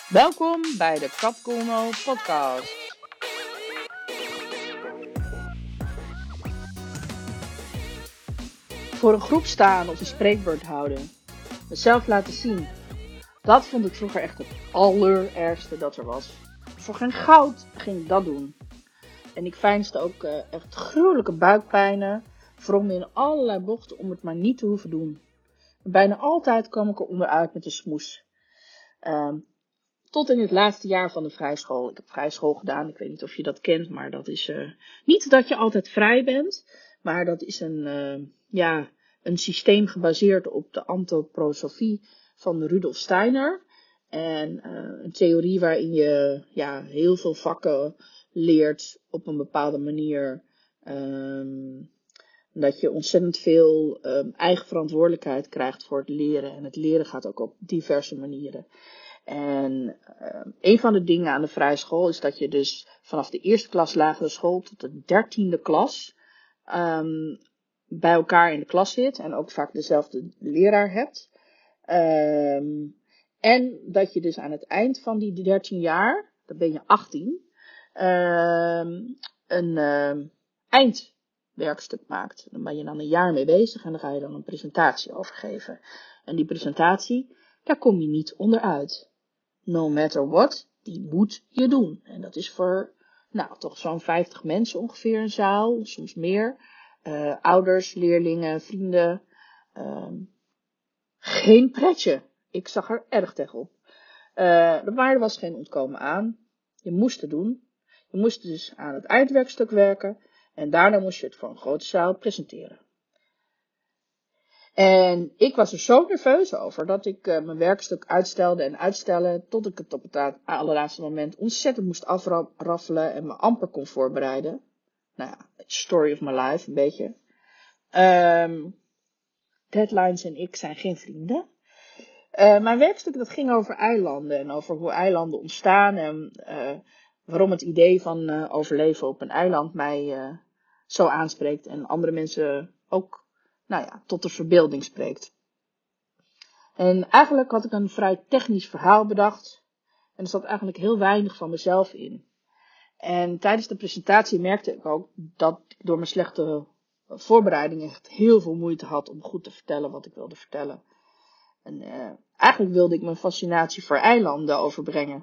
Welkom bij de Capcomo podcast. Voor een groep staan of een spreekbeurt houden. Mezelf laten zien. Dat vond ik vroeger echt het allerergste dat er was. Voor geen goud ging ik dat doen. En ik veinsde ook echt gruwelijke buikpijnen. Vooral me in allerlei bochten om het maar niet te hoeven doen. En bijna altijd kwam ik er onderuit met een smoes. Tot in het laatste jaar van de vrijschool. Ik heb vrijschool gedaan. Ik weet niet of je dat kent. Maar dat is niet dat je altijd vrij bent. Maar dat is een systeem gebaseerd op de antroposofie van Rudolf Steiner. En een theorie waarin je heel veel vakken leert op een bepaalde manier. Dat je ontzettend veel eigen verantwoordelijkheid krijgt voor het leren. En het leren gaat ook op diverse manieren. En een van de dingen aan de vrije school is dat je dus vanaf de eerste klas lagere school tot de 13e klas bij elkaar in de klas zit. En ook vaak dezelfde leraar hebt. En dat je dus aan het eind van die 13 jaar, dan ben je 18, een eindwerkstuk maakt. Daar ben je dan een jaar mee bezig en daar ga je dan een presentatie over geven. En die presentatie, daar kom je niet onderuit. No matter what, die moet je doen. En dat is voor, toch zo'n 50 mensen ongeveer een zaal, soms meer. Ouders, leerlingen, vrienden. Geen pretje. Ik zag er erg tegenop. Maar er was geen ontkomen aan. Je moest het doen. Je moest dus aan het eindwerkstuk werken. En daarna moest je het voor een grote zaal presenteren. En ik was er zo nerveus over dat ik mijn werkstuk uitstelde en uitstelde tot ik het op het allerlaatste moment ontzettend moest afraffelen en me amper kon voorbereiden. Story of my life een beetje. Deadlines en ik zijn geen vrienden. Mijn werkstuk dat ging over eilanden en over hoe eilanden ontstaan en waarom het idee van overleven op een eiland mij zo aanspreekt en andere mensen ook tot de verbeelding spreekt. En eigenlijk had ik een vrij technisch verhaal bedacht. En er zat eigenlijk heel weinig van mezelf in. En tijdens de presentatie merkte ik ook dat ik door mijn slechte voorbereiding echt heel veel moeite had om goed te vertellen wat ik wilde vertellen. En eigenlijk wilde ik mijn fascinatie voor eilanden overbrengen.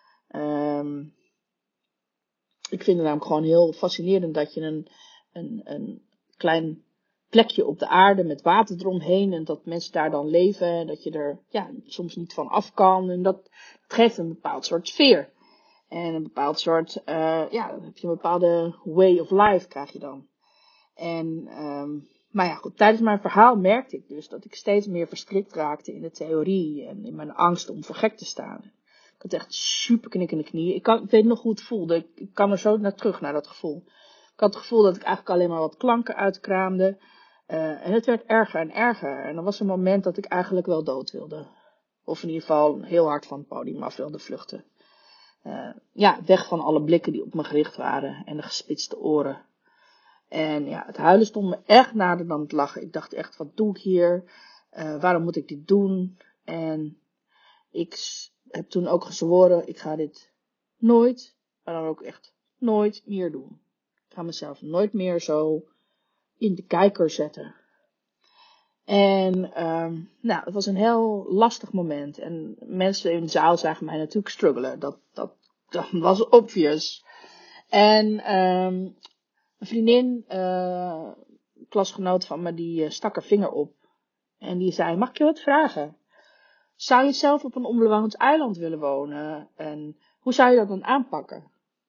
Ik vind het namelijk gewoon heel fascinerend dat je een klein plekje op de aarde met water eromheen en dat mensen daar dan leven en dat je er soms niet van af kan en dat geeft een bepaald soort sfeer en een bepaald soort dan heb je een bepaalde way of life krijg je dan. En goed, tijdens mijn verhaal merkte ik dus dat ik steeds meer verstrikt raakte in de theorie en in mijn angst om voor gek te staan. Ik had echt super knikkende knieën. Ik weet nog hoe het voelde. Ik kan er zo naar terug naar dat gevoel. Ik had het gevoel dat ik eigenlijk alleen maar wat klanken uitkraamde. En het werd erger en erger. En er was een moment dat ik eigenlijk wel dood wilde. Of in ieder geval heel hard van het podium af wilde vluchten. Weg van alle blikken die op me gericht waren. En de gespitste oren. En het huilen stond me echt nader dan het lachen. Ik dacht echt, wat doe ik hier? Waarom moet ik dit doen? En ik heb toen ook gezworen, ik ga dit nooit, maar dan ook echt nooit meer doen. Ik ga mezelf nooit meer zo in de kijker zetten. En het was een heel lastig moment. En mensen in de zaal zagen mij natuurlijk struggelen. Dat was obvious. En een vriendin, klasgenoot van me, die stak haar vinger op. En die zei, mag ik je wat vragen? Zou je zelf op een onbewoond eiland willen wonen? En hoe zou je dat dan aanpakken?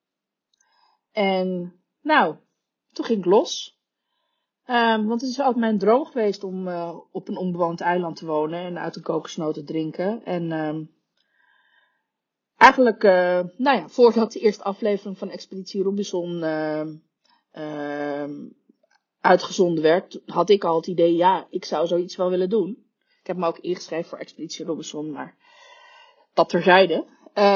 En toen ging ik los. Want het is altijd mijn droom geweest om op een onbewoond eiland te wonen en uit een kokosnoot te drinken. En eigenlijk, voordat de eerste aflevering van Expeditie Robinson uitgezonden werd, had ik al het idee, ik zou zoiets wel willen doen. Ik heb me ook ingeschreven voor Expeditie Robinson, maar dat terzijde.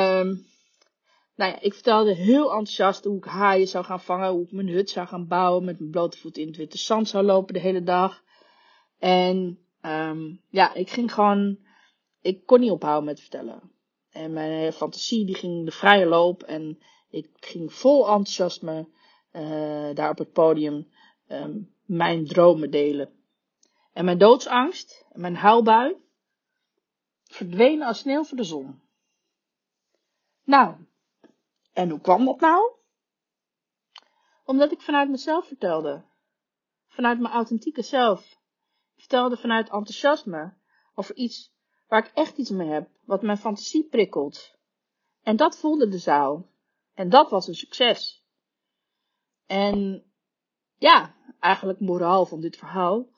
Ik vertelde heel enthousiast hoe ik haaien zou gaan vangen, hoe ik mijn hut zou gaan bouwen, met mijn blote voet in het witte zand zou lopen de hele dag. En ik kon niet ophouden met vertellen. En mijn fantasie die ging de vrije loop. En ik ging vol enthousiasme daar op het podium mijn dromen delen. En mijn doodsangst en mijn huilbui verdwenen als sneeuw voor de zon. Nou, en hoe kwam dat nou? Omdat ik vanuit mezelf vertelde. Vanuit mijn authentieke zelf. Ik vertelde vanuit enthousiasme over iets waar ik echt iets mee heb. Wat mijn fantasie prikkelt. En dat voelde de zaal. En dat was een succes. En ja, eigenlijk moraal van dit verhaal.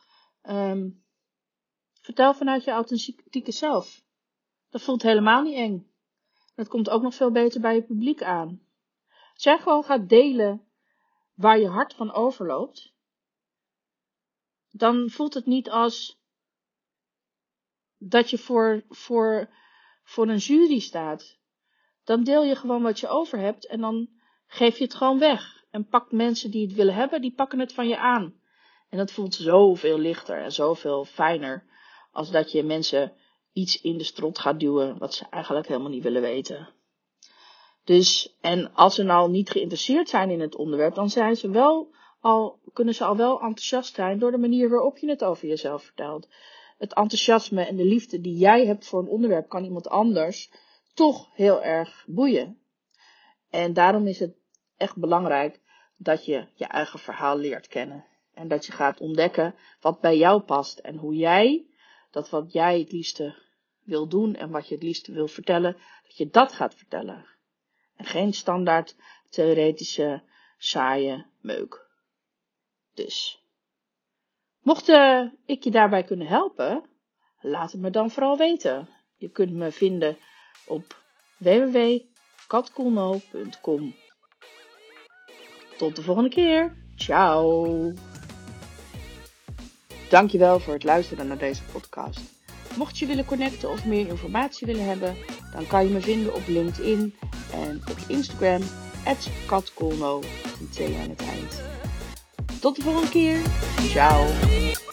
Vertel vanuit je authentieke zelf. Dat voelt helemaal niet eng. Dat komt ook nog veel beter bij je publiek aan. Als jij gewoon gaat delen waar je hart van overloopt, dan voelt het niet als dat je voor een jury staat. Dan deel je gewoon wat je over hebt en dan geef je het gewoon weg. En pakt mensen die het willen hebben, die pakken het van je aan. En dat voelt zoveel lichter en zoveel fijner als dat je mensen iets in de strot gaat duwen wat ze eigenlijk helemaal niet willen weten. Dus, en als ze nou niet geïnteresseerd zijn in het onderwerp, dan zijn ze kunnen ze al wel enthousiast zijn door de manier waarop je het over jezelf vertelt. Het enthousiasme en de liefde die jij hebt voor een onderwerp kan iemand anders toch heel erg boeien. En daarom is het echt belangrijk dat je je eigen verhaal leert kennen. En dat je gaat ontdekken wat bij jou past. En hoe jij, dat wat jij het liefste wil doen en wat je het liefste wil vertellen, dat je dat gaat vertellen. En geen standaard theoretische, saaie meuk. Dus, mocht ik je daarbij kunnen helpen, laat het me dan vooral weten. Je kunt me vinden op www.katkoolno.com. Tot de volgende keer. Ciao. Dankjewel voor het luisteren naar deze podcast. Mocht je willen connecten of meer informatie willen hebben, dan kan je me vinden op LinkedIn en op Instagram @katkoolno met een 2 aan het eind. Tot de volgende keer. Ciao.